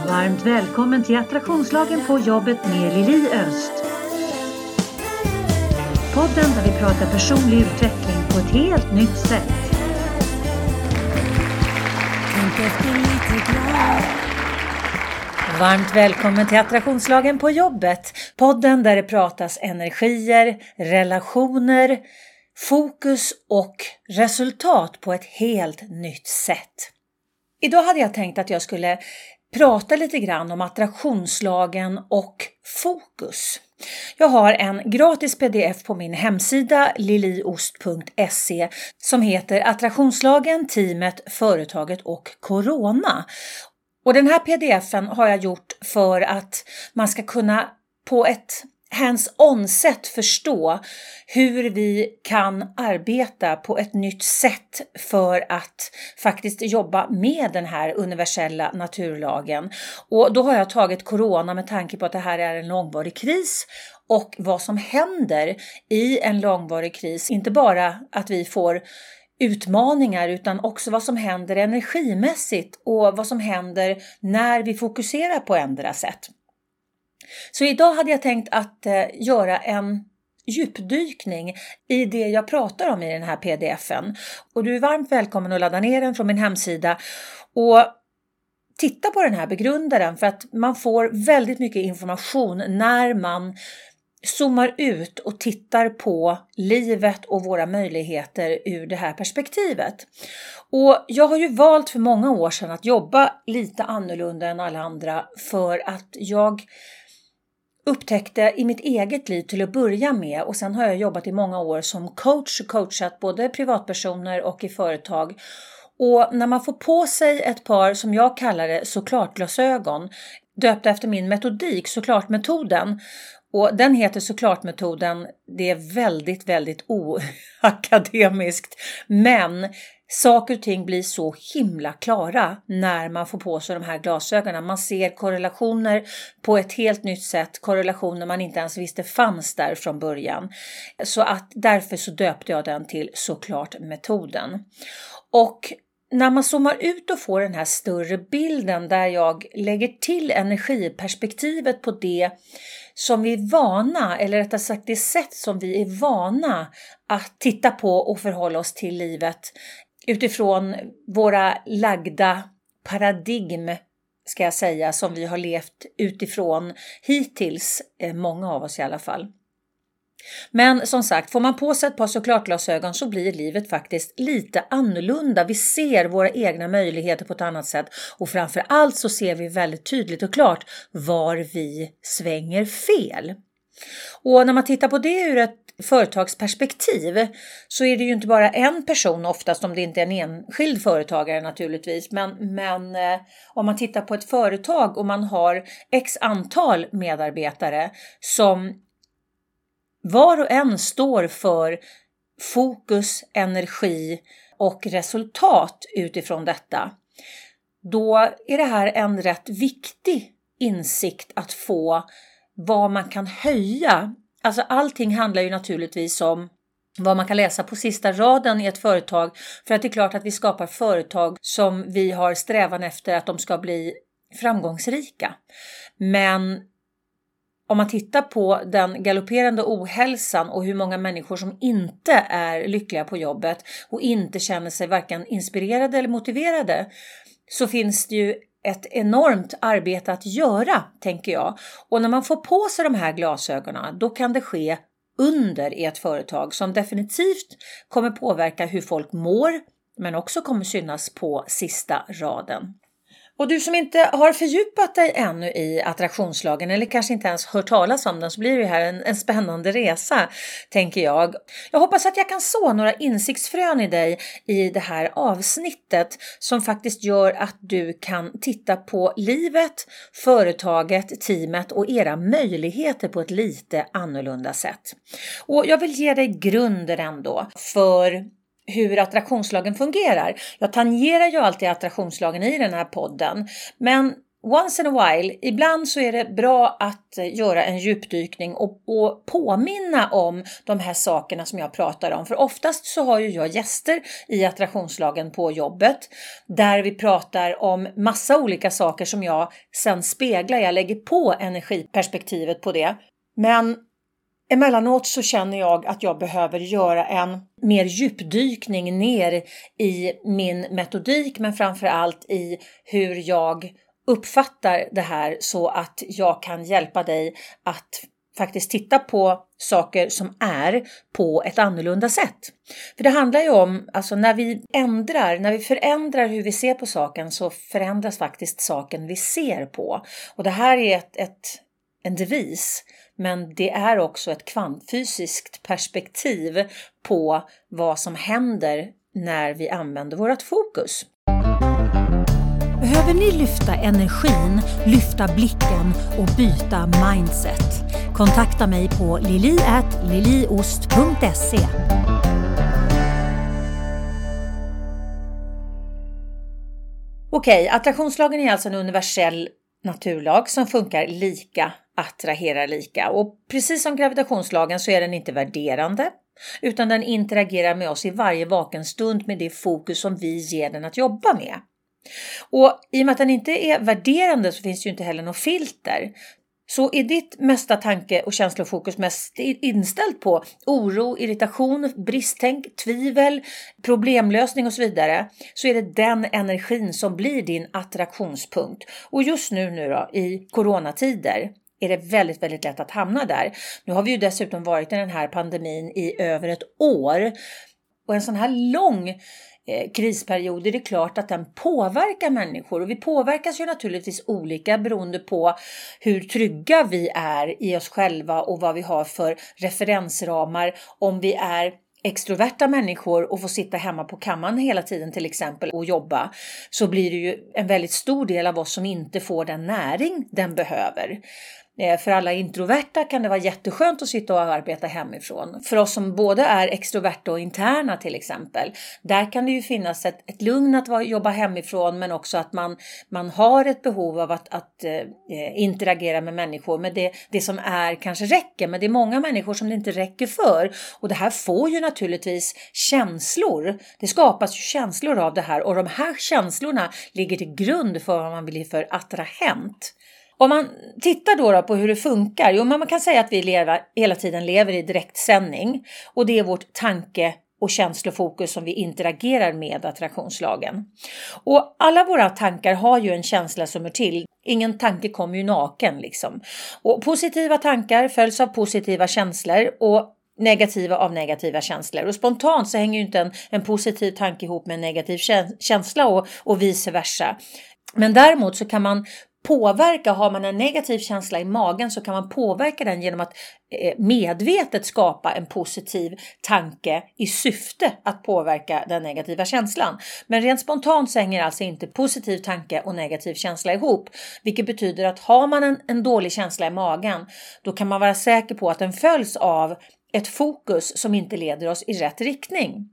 Varmt välkommen till Attraktionslagen på jobbet med Lili Öst. Podden där vi pratar personlig utveckling på ett helt nytt sätt. Varmt välkommen till Attraktionslagen på jobbet. Podden där det pratas energier, relationer, fokus och resultat på ett helt nytt sätt. Idag hade jag tänkt att jag skulle prata lite grann om attraktionslagen och fokus. Jag har en gratis pdf på min hemsida liliost.se som heter Attraktionslagen, teamet, företaget och corona. Och den här pdf:en har jag gjort för att man ska kunna på ett hands-on-sätt förstå hur vi kan arbeta på ett nytt sätt för att faktiskt jobba med den här universella naturlagen. Och då har jag tagit corona med tanke på att det här är en långvarig kris och vad som händer i en långvarig kris. Inte bara att vi får utmaningar utan också vad som händer energimässigt och vad som händer när vi fokuserar på andra sätt. Så idag hade jag tänkt att göra en djupdykning i det jag pratar om i den här pdf:en. Och du är varmt välkommen att ladda ner den från min hemsida och titta på den här, begrunda den, för att man får väldigt mycket information när man zoomar ut och tittar på livet och våra möjligheter ur det här perspektivet. Och jag har ju valt för många år sedan att jobba lite annorlunda än alla andra för att jag upptäckte i mitt eget liv till att börja med, och sen har jag jobbat i många år som coach och coachat både privatpersoner och i företag. Och när man får på sig ett par, som jag kallar det, såklart-glasögon, döpta efter min metodik, såklart-metoden, och den heter såklart-metoden, det är väldigt, väldigt oakademiskt, men saker och ting blir så himla klara när man får på sig de här glasögonen. Man ser korrelationer på ett helt nytt sätt, korrelationer man inte ens visste fanns där från början. Så att därför så döpte jag den till såklart-metoden. Och när man zoomar ut och får den här större bilden där jag lägger till energiperspektivet på det som vi är vana, eller rättare sagt det sätt som vi är vana att titta på och förhålla oss till livet utifrån våra lagda paradigm, ska jag säga, som vi har levt utifrån hittills, många av oss i alla fall. Men som sagt, får man på sig ett par såklart-glasögon så blir livet faktiskt lite annorlunda. Vi ser våra egna möjligheter på ett annat sätt och framför allt så ser vi väldigt tydligt och klart var vi svänger fel. Och när man tittar på det ur ett företagsperspektiv så är det ju inte bara en person, oftast om det inte är en enskild företagare naturligtvis, men om man tittar på ett företag och man har x antal medarbetare som var och en står för fokus, energi och resultat utifrån detta, då är det här en rätt viktig insikt att få vad man kan höja. Alltså allting handlar ju naturligtvis om vad man kan läsa på sista raden i ett företag, för att det är klart att vi skapar företag som vi har strävan efter att de ska bli framgångsrika. Men om man tittar på den galopperande ohälsan och hur många människor som inte är lyckliga på jobbet och inte känner sig varken inspirerade eller motiverade, så finns det ju ett enormt arbete att göra, tänker jag. Och när man får på sig de här glasögonen, då kan det ske under i ett företag som definitivt kommer påverka hur folk mår, men också kommer synas på sista raden. Och du som inte har fördjupat dig ännu i attraktionslagen eller kanske inte ens hört talas om den, så blir det här en spännande resa, tänker jag. Jag hoppas att jag kan så några insiktsfrön i dig i det här avsnittet som faktiskt gör att du kan titta på livet, företaget, teamet och era möjligheter på ett lite annorlunda sätt. Och jag vill ge dig grunden ändå för hur attraktionslagen fungerar. Jag tangerar ju alltid attraktionslagen i den här podden, men once in a while, ibland så är det bra att göra en djupdykning och påminna om de här sakerna som jag pratar om. För oftast så har ju jag gäster i attraktionslagen på jobbet där vi pratar om massa olika saker som jag sen speglar. Jag lägger på energiperspektivet på det. Men emellanåt så känner jag att jag behöver göra en mer djupdykning ner i min metodik, men framförallt i hur jag uppfattar det här så att jag kan hjälpa dig att faktiskt titta på saker som är på ett annorlunda sätt. För det handlar ju om, alltså när vi förändrar hur vi ser på saken så förändras faktiskt saken vi ser på. Och det här är en devis, men det är också ett kvantfysiskt perspektiv på vad som händer när vi använder vårt fokus. Behöver ni lyfta energin, lyfta blicken och byta mindset? Kontakta mig på lili@liliost.se. Okej, attraktionslagen är alltså en universell naturlag som funkar lika, attraherar lika. Och precis som gravitationslagen så är den inte värderande, utan den interagerar med oss i varje vaken stund med det fokus som vi ger den att jobba med. Och i och med att den inte är värderande så finns det ju inte heller något filter. Så är ditt mesta tanke- och känslofokus mest inställt på oro, irritation, bristtänk, tvivel, problemlösning och så vidare, så är det den energin som blir din attraktionspunkt. Och just nu då, i coronatider, är det väldigt, väldigt lätt att hamna där. Nu har vi ju dessutom varit i den här pandemin i över ett år. Och en sån här lång krisperiod är det klart att den påverkar människor. Och vi påverkas ju naturligtvis olika beroende på hur trygga vi är i oss själva och vad vi har för referensramar. Om vi är extroverta människor och får sitta hemma på kammaren hela tiden till exempel och jobba, så blir det ju en väldigt stor del av oss som inte får den näring den behöver. För alla introverta kan det vara jätteskönt att sitta och arbeta hemifrån. För oss som både är extroverta och interna till exempel, där kan det ju finnas ett lugn att jobba hemifrån, men också att man har ett behov av att interagera med människor. Men det som är kanske räcker, men det är många människor som det inte räcker för. Och det här får ju naturligtvis känslor. Det skapas ju känslor av det här, och de här känslorna ligger till grund för vad man vill för attrahent. Om man tittar då på hur det funkar, jo, man kan säga att vi hela tiden lever i direktsändning, och det är vårt tanke- och känslofokus som vi interagerar med attraktionslagen. Och alla våra tankar har ju en känsla som är till. Ingen tanke kommer ju naken liksom. Och positiva tankar följs av positiva känslor och negativa av negativa känslor. Och spontant så hänger ju inte en positiv tanke ihop med en negativ känsla och vice versa. Men däremot så kan man påverka, har man en negativ känsla i magen så kan man påverka den genom att medvetet skapa en positiv tanke i syfte att påverka den negativa känslan. Men rent spontant så hänger alltså inte positiv tanke och negativ känsla ihop, vilket betyder att har man en dålig känsla i magen, då kan man vara säker på att den följs av ett fokus som inte leder oss i rätt riktning.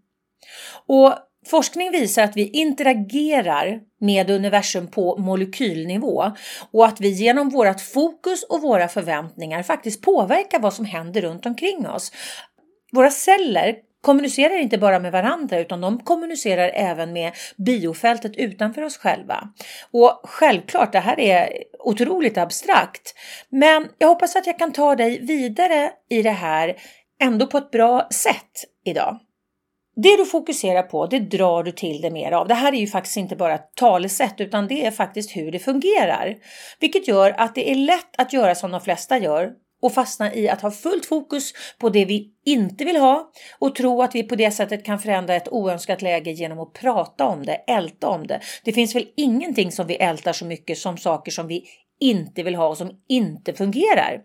Och forskning visar att vi interagerar med universum på molekylnivå, och att vi genom vårt fokus och våra förväntningar faktiskt påverkar vad som händer runt omkring oss. Våra celler kommunicerar inte bara med varandra, utan de kommunicerar även med biofältet utanför oss själva. Och självklart, det här är otroligt abstrakt, men jag hoppas att jag kan ta dig vidare i det här ändå på ett bra sätt idag. Det du fokuserar på, det drar du till det mer av. Det här är ju faktiskt inte bara ett talesätt, utan det är faktiskt hur det fungerar. Vilket gör att det är lätt att göra som de flesta gör och fastna i att ha fullt fokus på det vi inte vill ha och tro att vi på det sättet kan förändra ett oönskat läge genom att prata om det, älta om det. Det finns väl ingenting som vi ältar så mycket som saker som vi inte vill ha och som inte fungerar.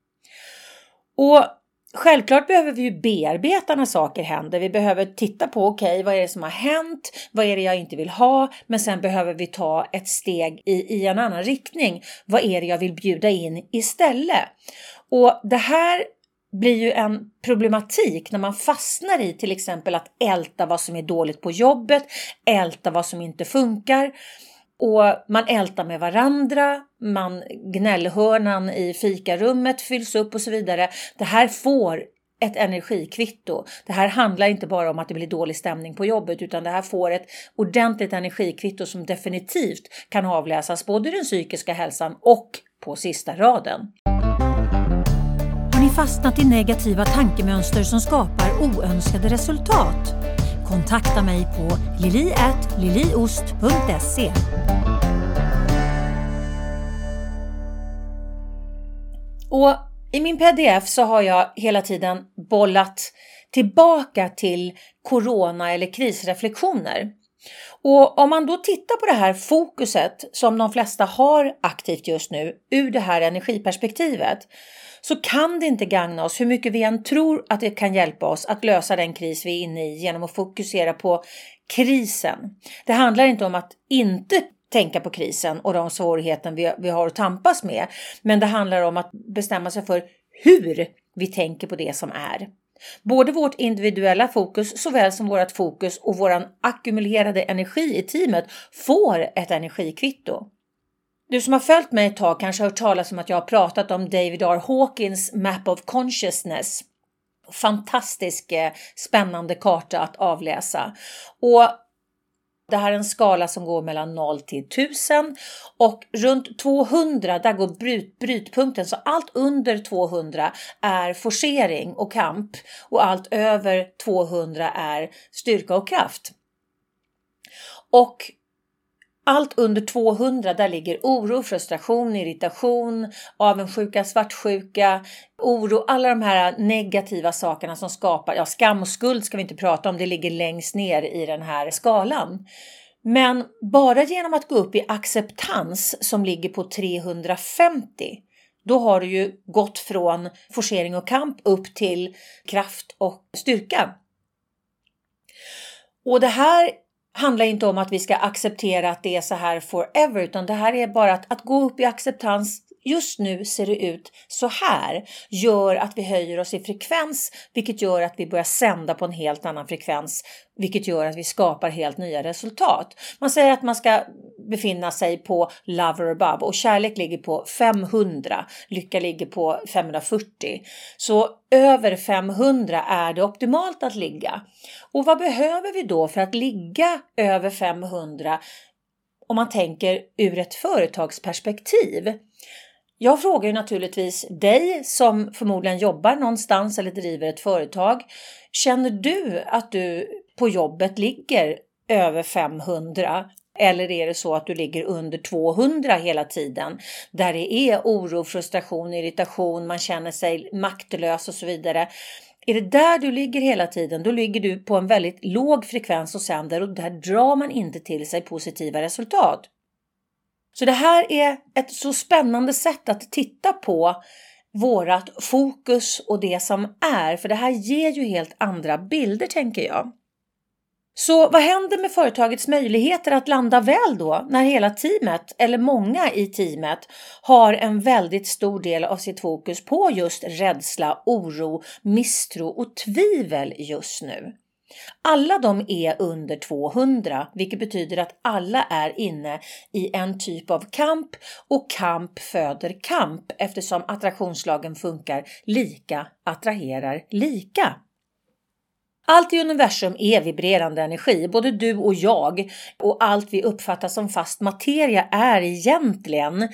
Och självklart behöver vi ju bearbeta när saker händer. Vi behöver titta på okej, vad är det som har hänt? Vad är det jag inte vill ha? Men sen behöver vi ta ett steg i en annan riktning. Vad är det jag vill bjuda in istället? Och det här blir ju en problematik när man fastnar i till exempel att älta vad som är dåligt på jobbet, älta vad som inte funkar. Och man ältar med varandra, gnällhörnan i fikarummet fylls upp och så vidare. Det här får ett energikvitto. Det här handlar inte bara om att det blir dålig stämning på jobbet, utan det här får ett ordentligt energikvitto som definitivt kan avläsas både i den psykiska hälsan och på sista raden. Har ni fastnat i negativa tankemönster som skapar oönskade resultat? Kontakta mig på lili@liliost.se. Och i min pdf så har jag hela tiden bollat tillbaka till corona eller krisreflektioner. Och om man då tittar på det här fokuset som de flesta har aktivt just nu ur det här energiperspektivet, så kan det inte gagna oss hur mycket vi än tror att det kan hjälpa oss att lösa den kris vi är inne i genom att fokusera på krisen. Det handlar inte om att inte tänka på krisen och de svårigheter vi har att tampas med, men det handlar om att bestämma sig för hur vi tänker på det som är. Både vårt individuella fokus såväl som vårt fokus och våran ackumulerade energi i teamet får ett energikvitto. Du som har följt mig ett tag kanske har hört talas om att jag har pratat om David R. Hawkins Map of Consciousness. Fantastisk spännande karta att avläsa. Och det här är en skala som går mellan 0 till 1000 och runt 200 där går brytpunkten, så allt under 200 är forcering och kamp och allt över 200 är styrka och kraft. Och allt under 200 där ligger oro, frustration, irritation, avundsjuka, svartsjuka, oro, alla de här negativa sakerna som skapar, skam och skuld ska vi inte prata om, det ligger längst ner i den här skalan. Men bara genom att gå upp i acceptans som ligger på 350, då har du ju gått från forcering och kamp upp till kraft och styrka. Och det här handlar inte om att vi ska acceptera att det är så här forever, utan det här är bara att gå upp i acceptans. Just nu ser det ut så här, gör att vi höjer oss i frekvens, vilket gör att vi börjar sända på en helt annan frekvens, vilket gör att vi skapar helt nya resultat. Man säger att man ska befinna sig på love or above, och kärlek ligger på 500, lycka ligger på 540. Så över 500 är det optimalt att ligga. Och vad behöver vi då för att ligga över 500 om man tänker ur ett företagsperspektiv? Jag frågar ju naturligtvis dig som förmodligen jobbar någonstans eller driver ett företag. Känner du att du på jobbet ligger över 500? Eller är det så att du ligger under 200 hela tiden? Där det är oro, frustration, irritation, man känner sig maktlös och så vidare. Är det där du ligger hela tiden, då ligger du på en väldigt låg frekvens och sänder, och där drar man inte till sig positiva resultat. Så det här är ett så spännande sätt att titta på vårat fokus och det som är. För det här ger ju helt andra bilder, tänker jag. Så vad händer med företagets möjligheter att landa väl då när hela teamet eller många i teamet har en väldigt stor del av sitt fokus på just rädsla, oro, misstro och tvivel just nu? Alla de är under 200, vilket betyder att alla är inne i en typ av kamp, och kamp föder kamp eftersom attraktionslagen funkar lika attraherar lika. Allt i universum är vibrerande energi, både du och jag, och allt vi uppfattar som fast materia är egentligen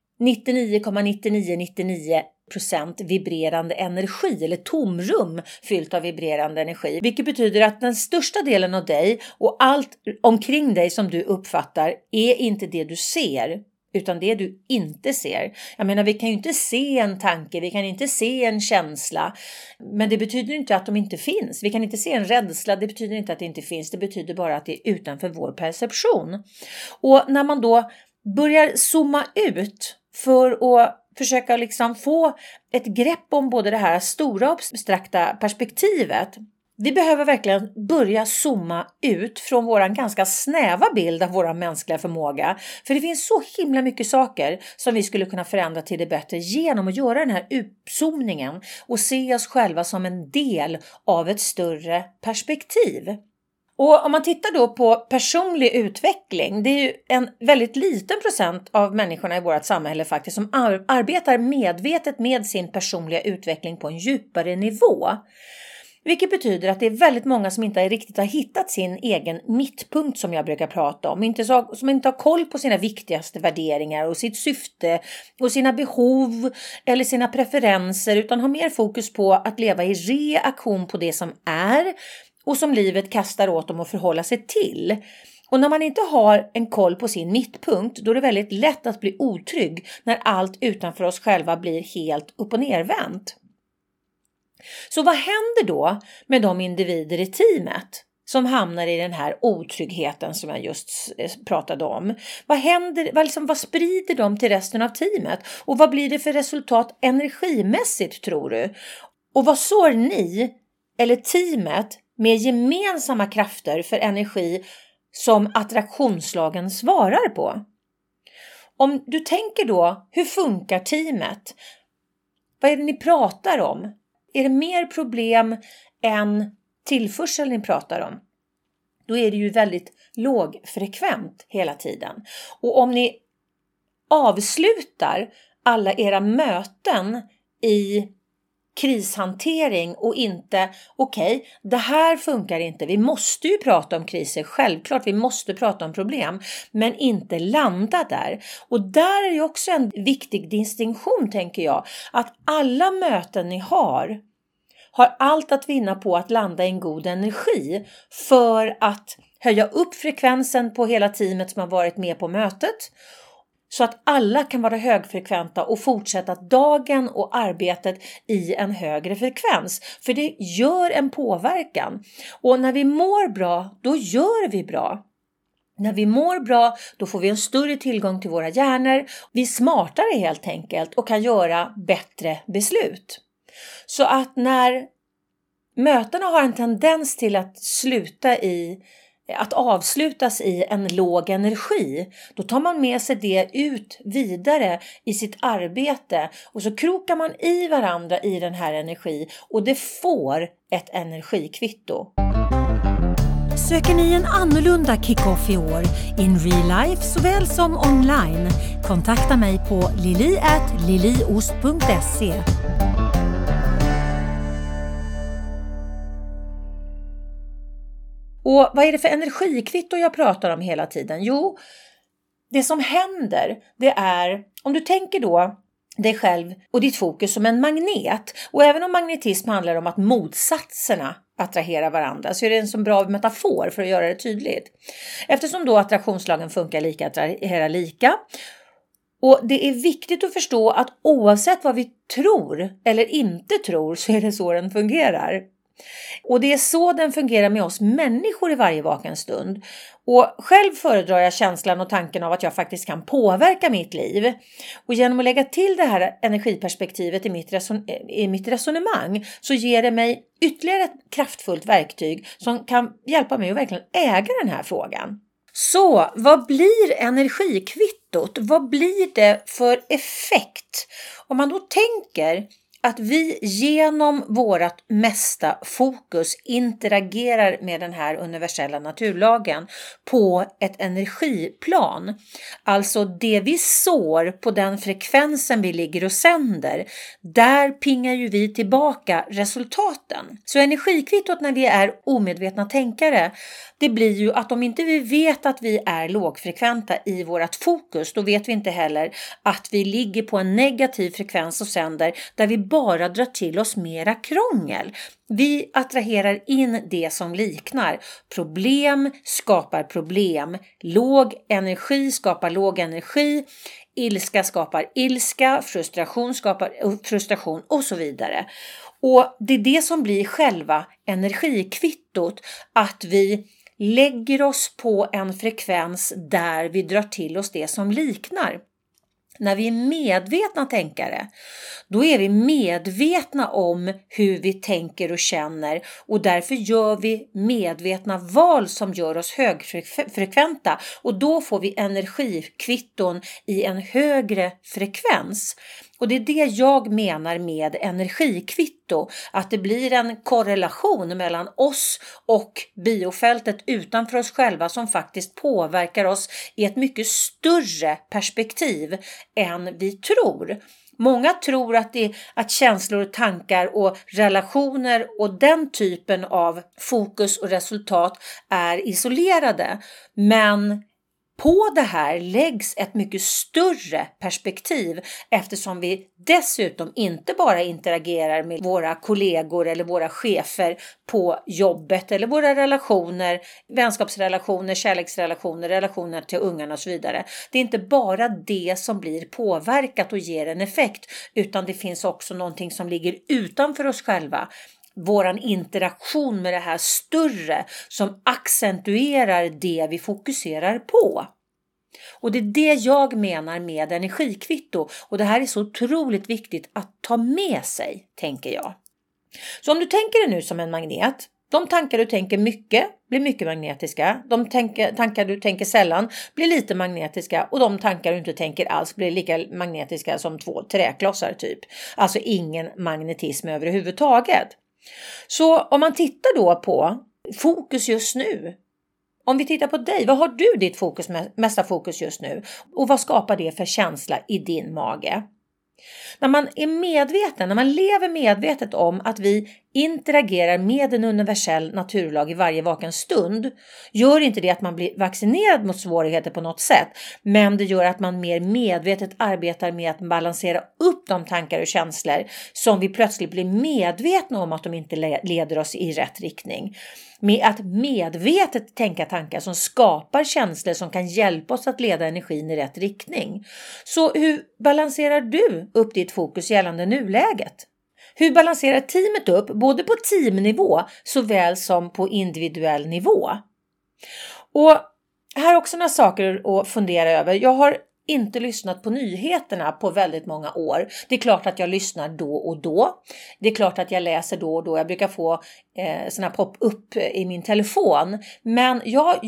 99,9999% vibrerande energi, eller tomrum fyllt av vibrerande energi. Vilket betyder att den största delen av dig och allt omkring dig som du uppfattar är inte det du ser, utan det du inte ser. Jag menar, vi kan ju inte se en tanke, vi kan inte se en känsla, men det betyder inte att de inte finns. Vi kan inte se en rädsla, det betyder inte att det inte finns, det betyder bara att det är utanför vår perception. Och när man då börjar zooma ut för att försöka liksom få ett grepp om både det här stora abstrakta perspektivet, vi behöver verkligen börja zooma ut från våran ganska snäva bild av vår mänskliga förmåga. För det finns så himla mycket saker som vi skulle kunna förändra till det bättre genom att göra den här utzoomningen och se oss själva som en del av ett större perspektiv. Och om man tittar då på personlig utveckling, det är ju en väldigt liten procent av människorna i vårt samhälle faktiskt som arbetar medvetet med sin personliga utveckling på en djupare nivå. Vilket betyder att det är väldigt många som inte riktigt har hittat sin egen mittpunkt som jag brukar prata om. Som inte har koll på sina viktigaste värderingar och sitt syfte och sina behov eller sina preferenser, utan har mer fokus på att leva i reaktion på det som är och som livet kastar åt dem att förhålla sig till. Och när man inte har en koll på sin mittpunkt, då är det väldigt lätt att bli otrygg när allt utanför oss själva blir helt upp- och nervänt. Så vad händer då med de individer i teamet som hamnar i den här otryggheten som jag just pratade om? Vad händer, vad sprider de till resten av teamet? Och vad blir det för resultat energimässigt, tror du? Och vad sår ni eller teamet med gemensamma krafter för energi som attraktionslagen svarar på? Om du tänker då, hur funkar teamet? Vad är det ni pratar om? Är det mer problem än tillförsel ni pratar om? Då är det ju väldigt lågfrekvent hela tiden. Och om ni avslutar alla era möten i krishantering och inte, okej, det här funkar inte. Vi måste ju prata om kriser, självklart, vi måste prata om problem, men inte landa där. Och där är ju också en viktig distinktion, tänker jag, att alla möten ni har allt att vinna på att landa i en god energi för att höja upp frekvensen på hela teamet som har varit med på mötet, så att alla kan vara högfrekventa och fortsätta dagen och arbetet i en högre frekvens. För det gör en påverkan. Och när vi mår bra, då gör vi bra. När vi mår bra, då får vi en större tillgång till våra hjärnor. Vi är smartare helt enkelt och kan göra bättre beslut. Så att när mötena har en tendens till att avslutas i en låg energi, då tar man med sig det ut vidare i sitt arbete och så krokar man i varandra i den här energi och det får ett energikvitto. Söker ni en annorlunda kick-off i år, in real life såväl som online? Kontakta mig på lili@liliost.se. Och vad är det för energikvitto jag pratar om hela tiden? Jo, det som händer, det är, om du tänker då dig själv och ditt fokus som en magnet. Och även om magnetism handlar om att motsatserna attraherar varandra, så är det en så bra metafor för att göra det tydligt. Eftersom då attraktionslagen funkar lika, attraherar lika. Och det är viktigt att förstå att oavsett vad vi tror eller inte tror, så är det så den fungerar. Och det är så den fungerar med oss människor i varje vaken stund. Och själv föredrar jag känslan och tanken av att jag faktiskt kan påverka mitt liv. Och genom att lägga till det här energiperspektivet i mitt resonemang, så ger det mig ytterligare ett kraftfullt verktyg som kan hjälpa mig att verkligen äga den här frågan. Så vad blir energikvittot? Vad blir det för effekt? Om man då tänker att vi genom vårt mesta fokus interagerar med den här universella naturlagen på ett energiplan. Alltså det vi sår på den frekvensen vi ligger och sänder, där pingar ju vi tillbaka resultaten. Så energikvittot när vi är omedvetna tänkare, det blir ju att om inte vi vet att vi är lågfrekventa i vårt fokus, då vet vi inte heller att vi ligger på en negativ frekvens och sänder där vi bara drar till oss mera krångel. Vi attraherar in det som liknar. Problem skapar problem. Låg energi skapar låg energi. Ilska skapar ilska. Frustration skapar frustration och så vidare. Och det är det som blir själva energikvittot. Att vi lägger oss på en frekvens där vi drar till oss det som liknar. När vi är medvetna tänkare, då är vi medvetna om hur vi tänker och känner, och därför gör vi medvetna val som gör oss högfrekventa, och då får vi energikvitton i en högre frekvens. Och det är det jag menar med energikvitto, att det blir en korrelation mellan oss och biofältet utanför oss själva som faktiskt påverkar oss i ett mycket större perspektiv än vi tror. Många tror att känslor, tankar och relationer och den typen av fokus och resultat är isolerade, men på det här läggs ett mycket större perspektiv eftersom vi dessutom inte bara interagerar med våra kollegor eller våra chefer på jobbet eller våra relationer, vänskapsrelationer, kärleksrelationer, relationer till ungarna och så vidare. Det är inte bara det som blir påverkat och ger en effekt, utan det finns också någonting som ligger utanför oss själva. Våran interaktion med det här större som accentuerar det vi fokuserar på. Och det är det jag menar med energikvitto. Och det här är så otroligt viktigt att ta med sig, tänker jag. Så om du tänker dig nu som en magnet. De tankar du tänker mycket blir mycket magnetiska. De tankar du tänker sällan blir lite magnetiska. Och de tankar du inte tänker alls blir lika magnetiska som 2 träklossar typ. Alltså ingen magnetism överhuvudtaget. Så om man tittar då på fokus just nu. Om vi tittar på dig, vad har du ditt mesta fokus just nu? Och vad skapar det för känsla i din mage? När man är medveten, när man lever medvetet om att vi interagerar med en universell naturlag i varje vaken stund, gör inte det att man blir vaccinerad mot svårigheter på något sätt, men det gör att man mer medvetet arbetar med att balansera upp de tankar och känslor som vi plötsligt blir medvetna om att de inte leder oss i rätt riktning. Med att medvetet tänka tankar som skapar känslor som kan hjälpa oss att leda energin i rätt riktning. Så hur balanserar du upp ditt fokus gällande nuläget? Hur balanserar teamet upp både på teamnivå såväl som på individuell nivå? Och här är också några saker att fundera över. Jag har inte lyssnat på nyheterna på väldigt många år. Det är klart att jag lyssnar då och då. Det är klart att jag läser då och då. Jag brukar få såna pop-up i min telefon. Men jag har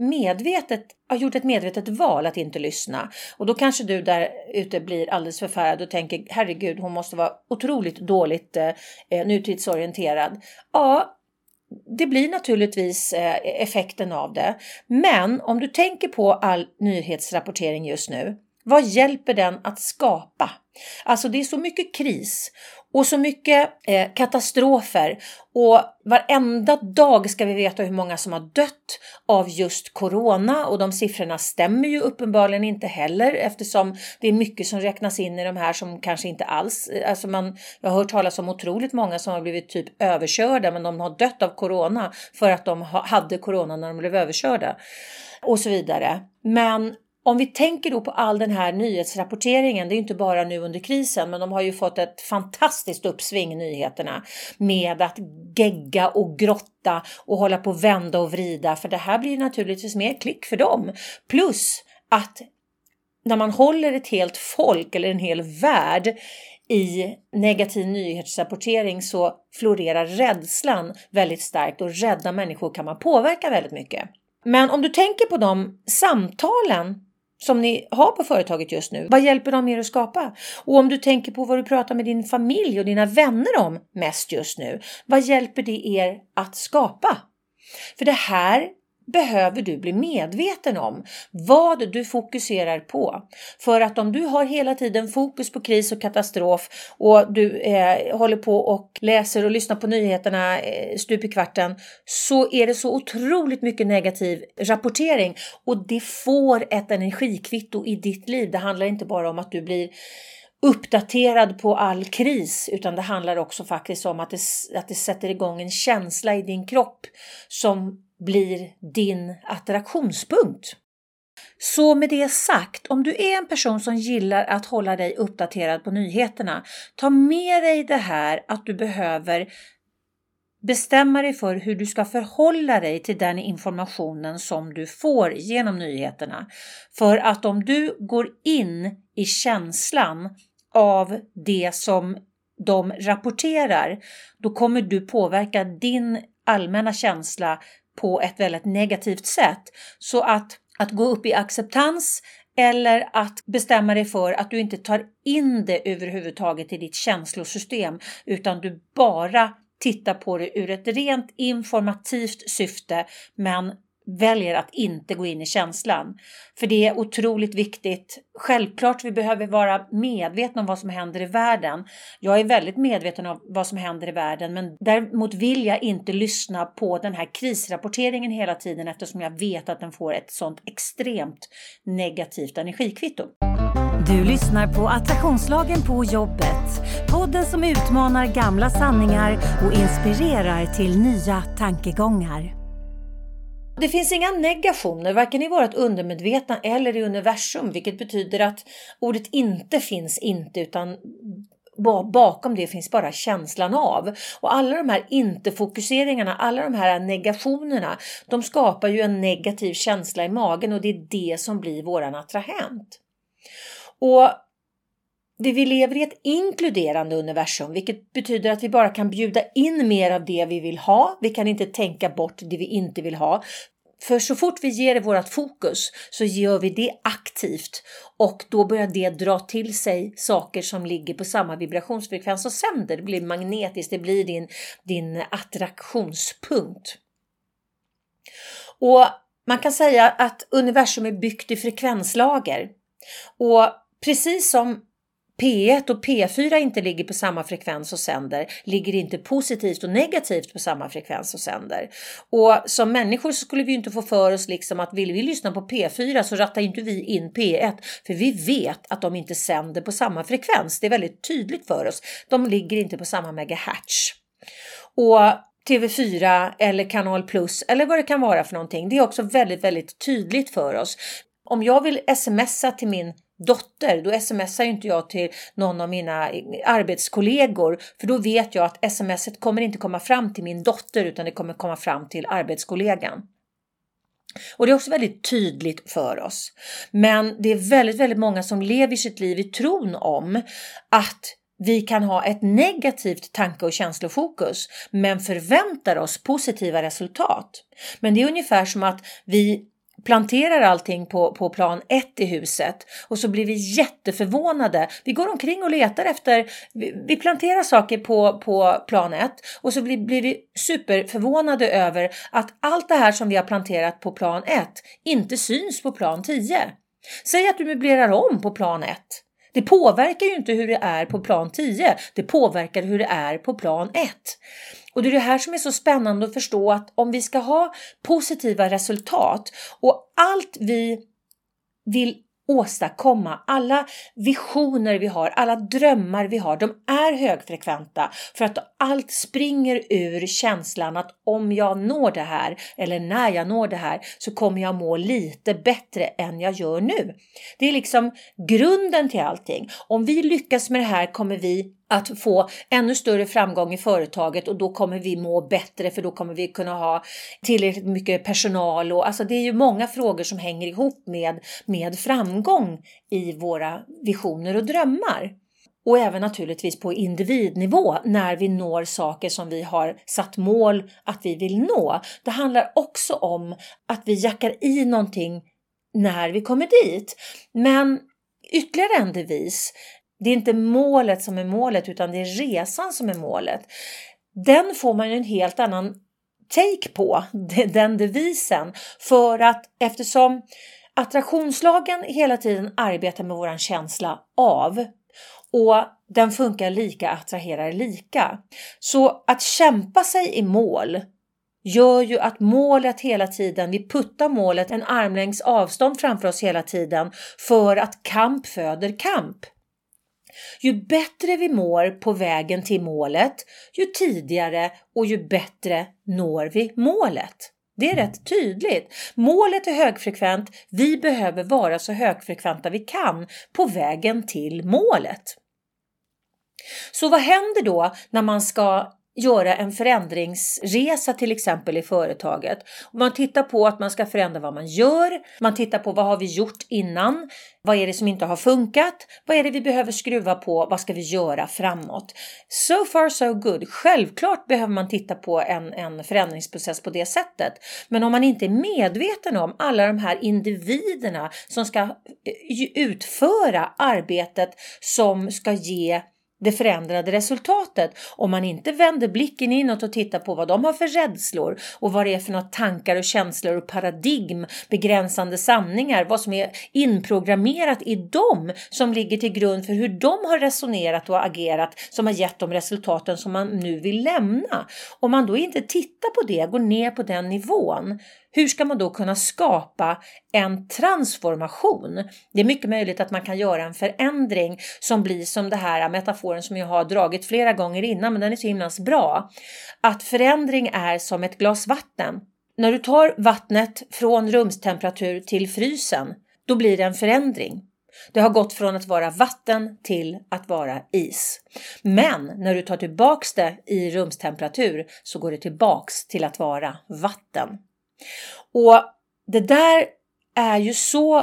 gjort ett medvetet val att inte lyssna. Och då kanske du där ute blir alldeles förfärad och tänker, herregud, hon måste vara otroligt dåligt nutidsorienterad. Ja, det blir naturligtvis effekten av det. Men om du tänker på all nyhetsrapportering just nu, vad hjälper den att skapa? Alltså det är så mycket kris och så mycket katastrofer. Och varenda dag ska vi veta hur många som har dött av just corona. Och de siffrorna stämmer ju uppenbarligen inte heller. Eftersom det är mycket som räknas in i de här som kanske inte alls. Alltså jag har hört talas om otroligt många som har blivit typ överkörda. Men de har dött av corona för att de hade corona när de blev överkörda. Och så vidare. Men om vi tänker då på all den här nyhetsrapporteringen, det är inte bara nu under krisen, men de har ju fått ett fantastiskt uppsving i nyheterna med att gegga och grotta och hålla på att vända och vrida, för det här blir naturligtvis mer klick för dem. Plus att när man håller ett helt folk eller en hel värld i negativ nyhetsrapportering så florerar rädslan väldigt starkt, och rädda människor kan man påverka väldigt mycket. Men om du tänker på de samtalen som ni har på företaget just nu, vad hjälper de er att skapa? Och om du tänker på vad du pratar med din familj och dina vänner om mest just nu, vad hjälper det er att skapa? För det här behöver du bli medveten om vad du fokuserar på. För att om du har hela tiden fokus på kris och katastrof och du håller på och läser och lyssnar på nyheterna stup i kvarten, så är det så otroligt mycket negativ rapportering, och det får ett energikvitto i ditt liv. Det handlar inte bara om att du blir uppdaterad på all kris, utan det handlar också faktiskt om att det sätter igång en känsla i din kropp som blir din attraktionspunkt. Så med det sagt, om du är en person som gillar att hålla dig uppdaterad på nyheterna, ta med dig det här att du behöver bestämma dig för hur du ska förhålla dig till den informationen som du får genom nyheterna. För att om du går in i känslan av det som de rapporterar, då kommer du påverka din allmänna känsla på ett väldigt negativt sätt. Så att gå upp i acceptans eller att bestämma dig för att du inte tar in det överhuvudtaget i ditt känslosystem, utan du bara tittar på det ur ett rent informativt syfte, men väljer att inte gå in i känslan. För det är otroligt viktigt. Självklart vi behöver vara medvetna om vad som händer i världen. Jag är väldigt medveten om vad som händer i världen, men däremot vill jag inte lyssna på den här krisrapporteringen hela tiden, eftersom jag vet att den får ett sånt extremt negativt energikvitto. Du lyssnar på Attraktionslagen på jobbet. Podden som utmanar gamla sanningar och inspirerar till nya tankegångar. Det finns inga negationer, varken i vårt undermedvetna eller i universum, vilket betyder att ordet inte finns inte, utan bakom det finns bara känslan av. Och alla de här inte-fokuseringarna, alla de här negationerna, de skapar ju en negativ känsla i magen, och det är det som blir våran attrahent. Och vi lever i ett inkluderande universum, vilket betyder att vi bara kan bjuda in mer av det vi vill ha. Vi kan inte tänka bort det vi inte vill ha. För så fort vi ger det vårt fokus så gör vi det aktivt, och då börjar det dra till sig saker som ligger på samma vibrationsfrekvens och sänder. Det blir magnetiskt, det blir din attraktionspunkt. Och man kan säga att universum är byggt i frekvenslager. Och precis som P1 och P4 inte ligger på samma frekvens och sänder, ligger inte positivt och negativt på samma frekvens och sänder. Och som människor så skulle vi inte få för oss liksom att vill vi lyssna på P4 så rattar inte vi in P1, för vi vet att de inte sänder på samma frekvens. Det är väldigt tydligt för oss. De ligger inte på samma megahertz. Och TV4 eller Kanal Plus eller vad det kan vara för någonting, det är också väldigt, väldigt tydligt för oss. Om jag vill smsa till min dotter, då smsar ju inte jag till någon av mina arbetskollegor, för då vet jag att smset kommer inte komma fram till min dotter, utan det kommer komma fram till arbetskollegan. Och det är också väldigt tydligt för oss. Men det är väldigt, väldigt många som lever sitt liv i tron om att vi kan ha ett negativt tanke- och känslofokus, men förväntar oss positiva resultat. Men det är ungefär som att vi planterar allting på plan 1 i huset, och så blir vi jätteförvånade. Vi går omkring och letar efter, vi planterar saker på plan 1, och så blir vi superförvånade över att allt det här som vi har planterat på plan 1 inte syns på plan 10. Säg att du möblerar om på plan 1. Det påverkar ju inte hur det är på plan 10. Det påverkar hur det är på plan 1. Och det är det här som är så spännande att förstå, att om vi ska ha positiva resultat och allt vi vill åstadkomma, alla visioner vi har, alla drömmar vi har, de är högfrekventa, för att allt springer ur känslan att om jag når det här eller när jag når det här så kommer jag må lite bättre än jag gör nu. Det är liksom grunden till allting. Om vi lyckas med det här kommer vi att få ännu större framgång i företaget, och då kommer vi må bättre, för då kommer vi kunna ha tillräckligt mycket personal. Och alltså det är ju många frågor som hänger ihop med framgång i våra visioner och drömmar. Och även naturligtvis på individnivå, när vi når saker som vi har satt mål att vi vill nå. Det handlar också om att vi jackar i någonting när vi kommer dit. Men ytterligare en devis: det är inte målet som är målet, utan det är resan som är målet. Den får man ju en helt annan take på, den devisen. För att eftersom attraktionslagen hela tiden arbetar med våran känsla av, och den funkar lika, attraherar lika. Så att kämpa sig i mål gör ju att målet hela tiden, vi puttar målet en armlängds avstånd framför oss hela tiden, för att kamp föder kamp. Ju bättre vi mår på vägen till målet, ju tidigare och ju bättre når vi målet. Det är rätt tydligt. Målet är högfrekvent, vi behöver vara så högfrekventa vi kan på vägen till målet. Så vad händer då när man ska göra en förändringsresa till exempel i företaget. Och man tittar på att man ska förändra vad man gör. Man tittar på vad har vi gjort innan. Vad är det som inte har funkat? Vad är det vi behöver skruva på? Vad ska vi göra framåt? So far so good. Självklart behöver man titta på en förändringsprocess på det sättet. Men om man inte är medveten om alla de här individerna som ska utföra arbetet som ska ge det förändrade resultatet, om man inte vänder blicken inåt och tittar på vad de har för rädslor och vad det är för några tankar och känslor och paradigm, begränsande sanningar, vad som är inprogrammerat i dem som ligger till grund för hur de har resonerat och agerat som har gett de resultaten som man nu vill lämna. Om man då inte tittar på det, går ner på den nivån, hur ska man då kunna skapa en transformation? Det är mycket möjligt att man kan göra en förändring som blir som det här metaforen som jag har dragit flera gånger innan, men den är så himla bra. Att förändring är som ett glas vatten. När du tar vattnet från rumstemperatur till frysen, då blir det en förändring. Det har gått från att vara vatten till att vara is. Men när du tar tillbaks det i rumstemperatur så går det tillbaks till att vara vatten. Och det där är ju så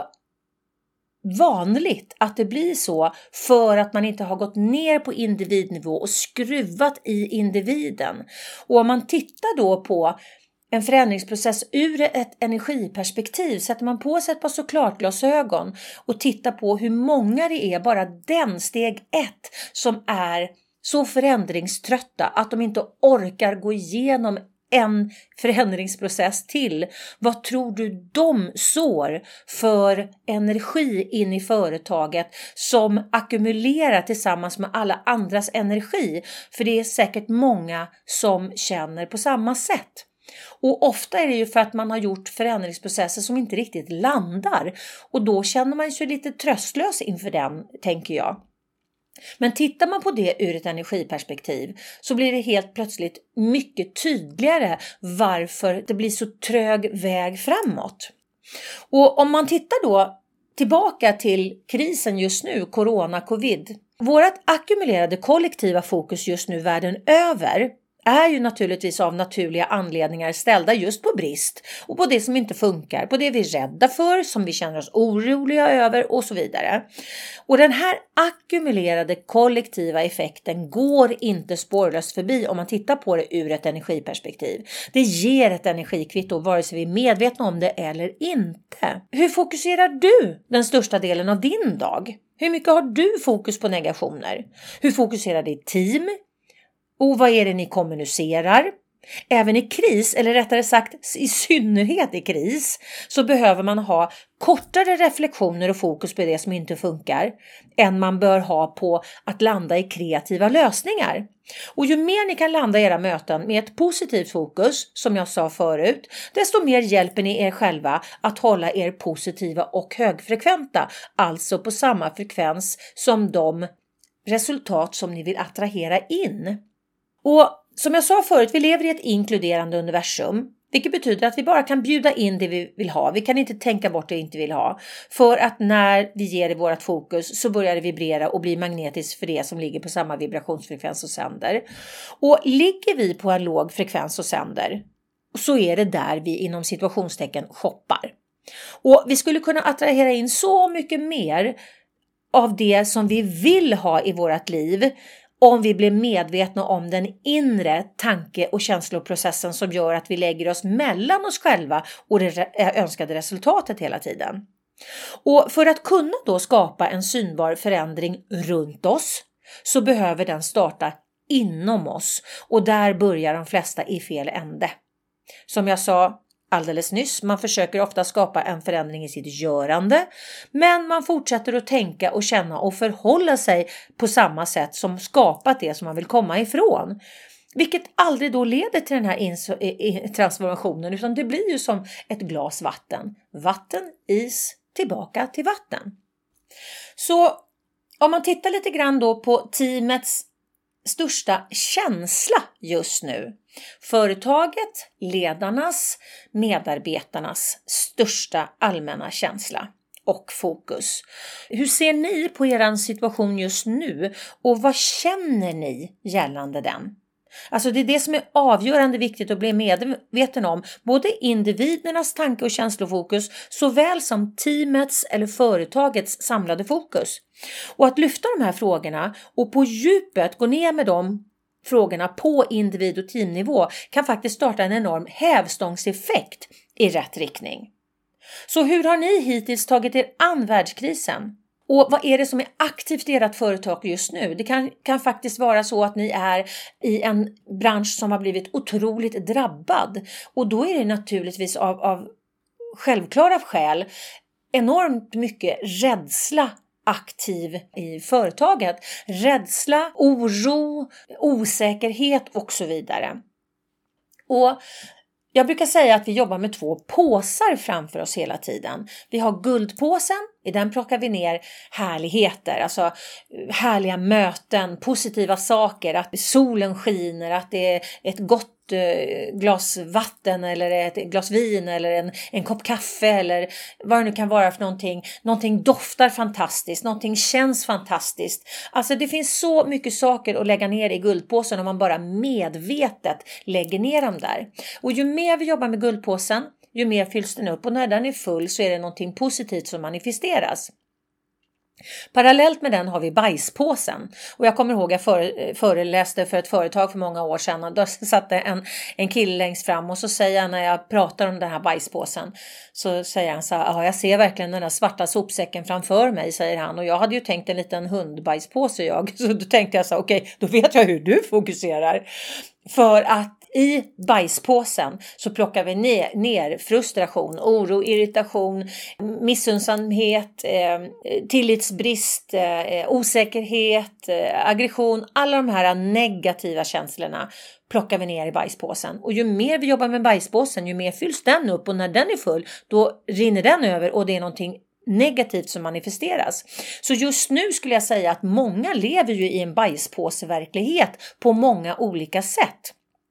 vanligt att det blir så för att man inte har gått ner på individnivå och skruvat i individen. Och om man tittar då på en förändringsprocess ur ett energiperspektiv, sätter man på sig ett par såklartglasögon och tittar på hur många det är, bara den steg 1 som är så förändringströtta att de inte orkar gå igenom en förändringsprocess till. Vad tror du de sår för energi in i företaget som ackumulerar tillsammans med alla andras energi? För det är säkert många som känner på samma sätt. Och ofta är det ju för att man har gjort förändringsprocesser som inte riktigt landar. Och då känner man sig lite tröstlös inför den, tänker jag. Men tittar man på det ur ett energiperspektiv så blir det helt plötsligt mycket tydligare varför det blir så trög väg framåt. Och om man tittar då tillbaka till krisen just nu, corona-covid. Vårt ackumulerade kollektiva fokus just nu världen över är ju naturligtvis av naturliga anledningar ställda just på brist och på det som inte funkar, på det vi är rädda för, som vi känner oss oroliga över och så vidare. Och den här ackumulerade kollektiva effekten går inte spårlöst förbi om man tittar på det ur ett energiperspektiv. Det ger ett energikvitto vare sig vi är medvetna om det eller inte. Hur fokuserar du den största delen av din dag? Hur mycket har du fokus på negationer? Hur fokuserar ditt team? Och vad är det ni kommunicerar? Även i kris, eller rättare sagt i synnerhet i kris, så behöver man ha kortare reflektioner och fokus på det som inte funkar än man bör ha på att landa i kreativa lösningar. Och ju mer ni kan landa era möten med ett positivt fokus, som jag sa förut, desto mer hjälper ni er själva att hålla er positiva och högfrekventa, alltså på samma frekvens som de resultat som ni vill attrahera in. Och som jag sa förut, vi lever i ett inkluderande universum, vilket betyder att vi bara kan bjuda in det vi vill ha. Vi kan inte tänka bort det vi inte vill ha. För att när vi ger det vårt fokus så börjar det vibrera och bli magnetiskt för det som ligger på samma vibrationsfrekvens och sänder. Och ligger vi på en låg frekvens och sänder så är det där vi inom situationstecken shoppar. Och vi skulle kunna attrahera in så mycket mer av det som vi vill ha i vårt liv om vi blir medvetna om den inre tanke- och känsloprocessen som gör att vi lägger oss mellan oss själva och det önskade resultatet hela tiden. Och för att kunna då skapa en synbar förändring runt oss så behöver den starta inom oss, och där börjar de flesta i fel ände. Som jag sa alldeles nyss, man försöker ofta skapa en förändring i sitt görande, men man fortsätter att tänka och känna och förhålla sig på samma sätt som skapat det som man vill komma ifrån. Vilket aldrig då leder till den här transformationen, utan det blir ju som ett glas vatten. Vatten, is, tillbaka till vatten. Så om man tittar lite grann då på teamets största känsla just nu. Företaget, ledarnas, medarbetarnas största allmänna känsla och fokus. Hur ser ni på er situation just nu och vad känner ni gällande den? Alltså det är det som är avgörande viktigt att bli medveten om. Både individernas tanke- och känslofokus såväl som teamets eller företagets samlade fokus. Och att lyfta de här frågorna och på djupet gå ner med de frågorna på individ- och teamnivå kan faktiskt starta en enorm hävstångseffekt i rätt riktning. Så hur har ni hittills tagit er an världskrisen? Och vad är det som är aktivt i ert företag just nu? Det kan faktiskt vara så att ni är i en bransch som har blivit otroligt drabbad. Och då är det naturligtvis av självklara skäl enormt mycket rädsla aktiv i företaget. Rädsla, oro, osäkerhet och så vidare. Och jag brukar säga att vi jobbar med 2 påsar framför oss hela tiden. Vi har guldpåsen, i den plockar vi ner härligheter, alltså härliga möten, positiva saker, att solen skiner, att det är ett gott glas vatten eller ett glas vin eller en kopp kaffe eller vad det nu kan vara för någonting. Någonting doftar fantastiskt, någonting känns fantastiskt. Alltså det finns så mycket saker att lägga ner i guldpåsen om man bara medvetet lägger ner dem där. Och ju mer vi jobbar med guldpåsen, ju mer fylls den upp och när den är full så är det någonting positivt som manifesteras. Parallellt med den har vi bajspåsen och jag kommer ihåg att jag föreläste för ett företag för många år sedan och då satt en kille längst fram och så säger han när jag pratar om den här bajspåsen så säger han så här, ja jag ser verkligen den där svarta sopsäcken framför mig, säger han, och jag hade ju tänkt en liten hundbajspåse så då tänkte jag så okej, då vet jag hur du fokuserar. För att i bajspåsen så plockar vi ner frustration, oro, irritation, missundsamhet, tillitsbrist, osäkerhet, aggression. Alla de här negativa känslorna plockar vi ner i bajspåsen. Och ju mer vi jobbar med bajspåsen, ju mer fylls den upp. Och när den är full, då rinner den över och det är någonting negativt som manifesteras. Så just nu skulle jag säga att många lever ju i en bajspåseverklighet på många olika sätt.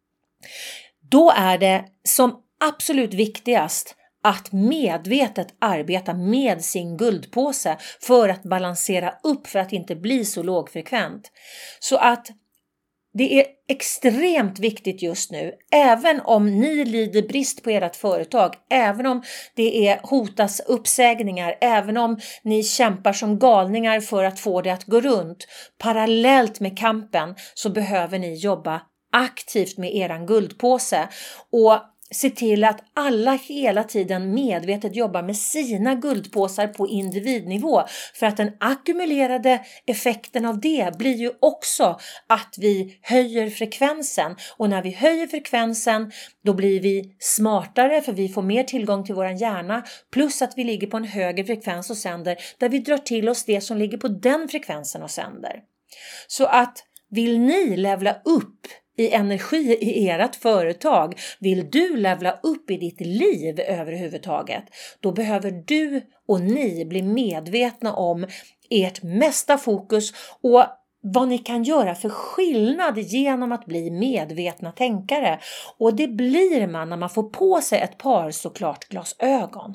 Då är det som absolut viktigast att medvetet arbeta med sin guldpåse för att balansera upp för att inte bli så lågfrekvent. Så att det är extremt viktigt just nu, även om ni lider brist på ert företag, även om det hotas uppsägningar, även om ni kämpar som galningar för att få det att gå runt. Parallellt med kampen så behöver ni jobba aktivt med eran guldpåse och se till att alla hela tiden medvetet jobbar med sina guldpåsar på individnivå, för att den ackumulerade effekten av det blir ju också att vi höjer frekvensen, och när vi höjer frekvensen då blir vi smartare för vi får mer tillgång till våran hjärna, plus att vi ligger på en högre frekvens och sänder där vi drar till oss det som ligger på den frekvensen och sänder. Så att vill ni levla upp i energi i ert företag, vill du levla upp i ditt liv överhuvudtaget, då behöver du och ni bli medvetna om ert mesta fokus och vad ni kan göra för skillnad genom att bli medvetna tänkare. Och det blir man när man får på sig ett par såklart glasögon.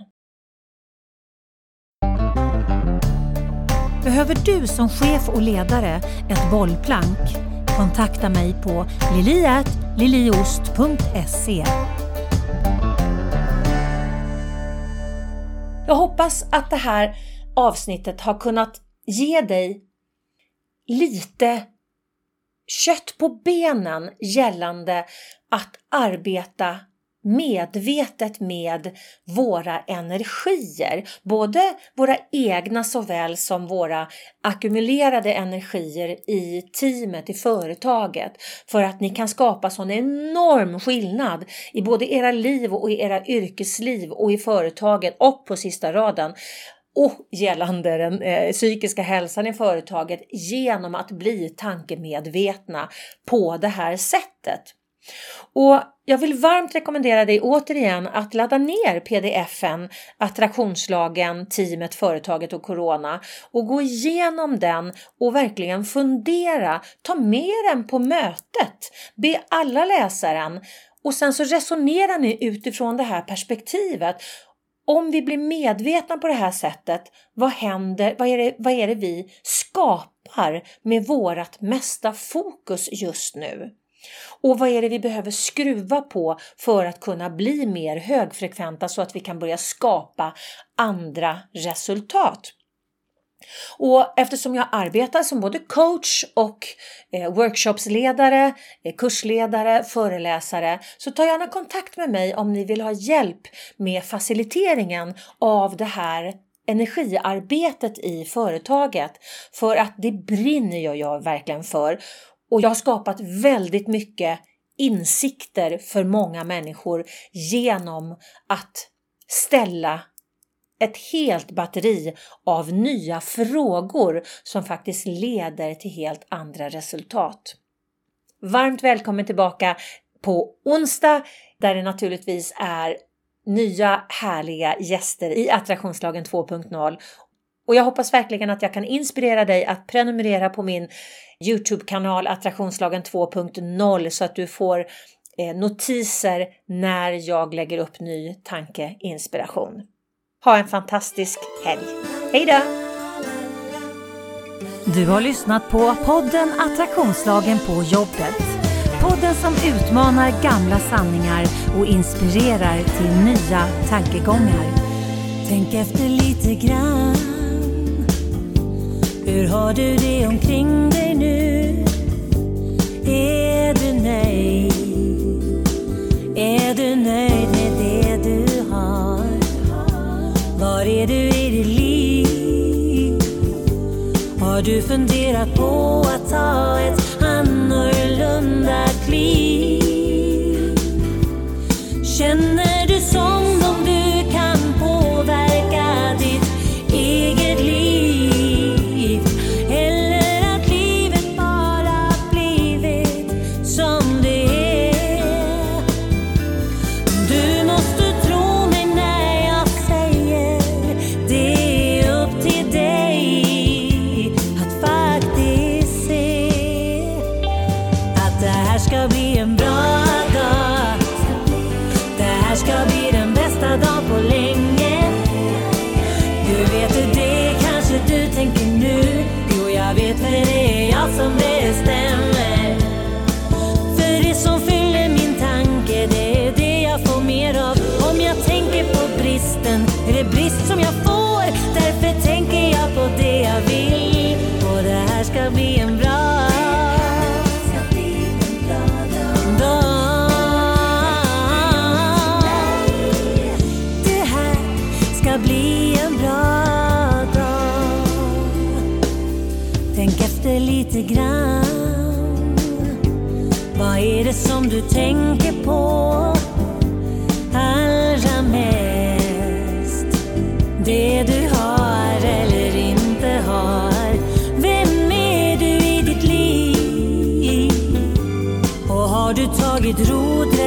Behöver du som chef och ledare ett bollplank? Kontakta mig på lili@liliost.se. Jag hoppas att det här avsnittet har kunnat ge dig lite kött på benen gällande att arbeta medvetet med våra energier, både våra egna såväl som våra ackumulerade energier i teamet, i företaget, för att ni kan skapa sån enorm skillnad i både era liv och i era yrkesliv och i företaget och på sista raden och gällande den psykiska hälsan i företaget genom att bli tankemedvetna på det här sättet. Och jag vill varmt rekommendera dig återigen att ladda ner pdf-en Attraktionslagen, teamet, företaget och corona och gå igenom den och verkligen fundera. Ta med den på mötet. Be alla läsa den och sen så resonerar ni utifrån det här perspektivet. Om vi blir medvetna på det här sättet, vad händer? Vad är det vi skapar med vårat mesta fokus just nu? Och vad är det vi behöver skruva på för att kunna bli mer högfrekventa så att vi kan börja skapa andra resultat? Och eftersom jag arbetar som både coach och workshopsledare, kursledare, föreläsare, så ta gärna kontakt med mig om ni vill ha hjälp med faciliteringen av det här energiarbetet i företaget. För att det brinner jag verkligen för. Och jag har skapat väldigt mycket insikter för många människor genom att ställa ett helt batteri av nya frågor som faktiskt leder till helt andra resultat. Varmt välkommen tillbaka på onsdag där det naturligtvis är nya härliga gäster i Attraktionslagen 2.0. Och jag hoppas verkligen att jag kan inspirera dig att prenumerera på min YouTube-kanal Attraktionslagen 2.0 så att du får notiser när jag lägger upp ny tankeinspiration. Ha en fantastisk helg. Hej då! Du har lyssnat på podden Attraktionslagen på jobbet. Podden som utmanar gamla sanningar och inspirerar till nya tankegångar. Tänk efter lite grann. Hur har du det omkring dig nu? Är du nöjd? Är du nöjd med det du har? Var är du i ditt liv? Har du funderat på att ta ett annorlunda kliv? Känner du som om du kan påverka ditt eget liv? Eller att livet bara blivit som det är? Du måste tro mig när jag säger det är upp till dig att faktiskt se att det här ska bli en bra dag. Det här ska bli den bästa dagen på länge. Hur vet du det? Kanske du tänker nu. Jo, jag vet för det är jag som bestämmer. För det som fyller min tanke, det är det jag får mer av. Om jag tänker på bristen, är det brist som jag får. Därför tänker jag på det jag vill. Och det här ska bli en bra dag. Det här ska bli en bra dag. Tänk efter lite grann. Vad är det som du tänker på allra mest? Det du har eller inte har. Vem är du i ditt liv? Och har du tagit rodret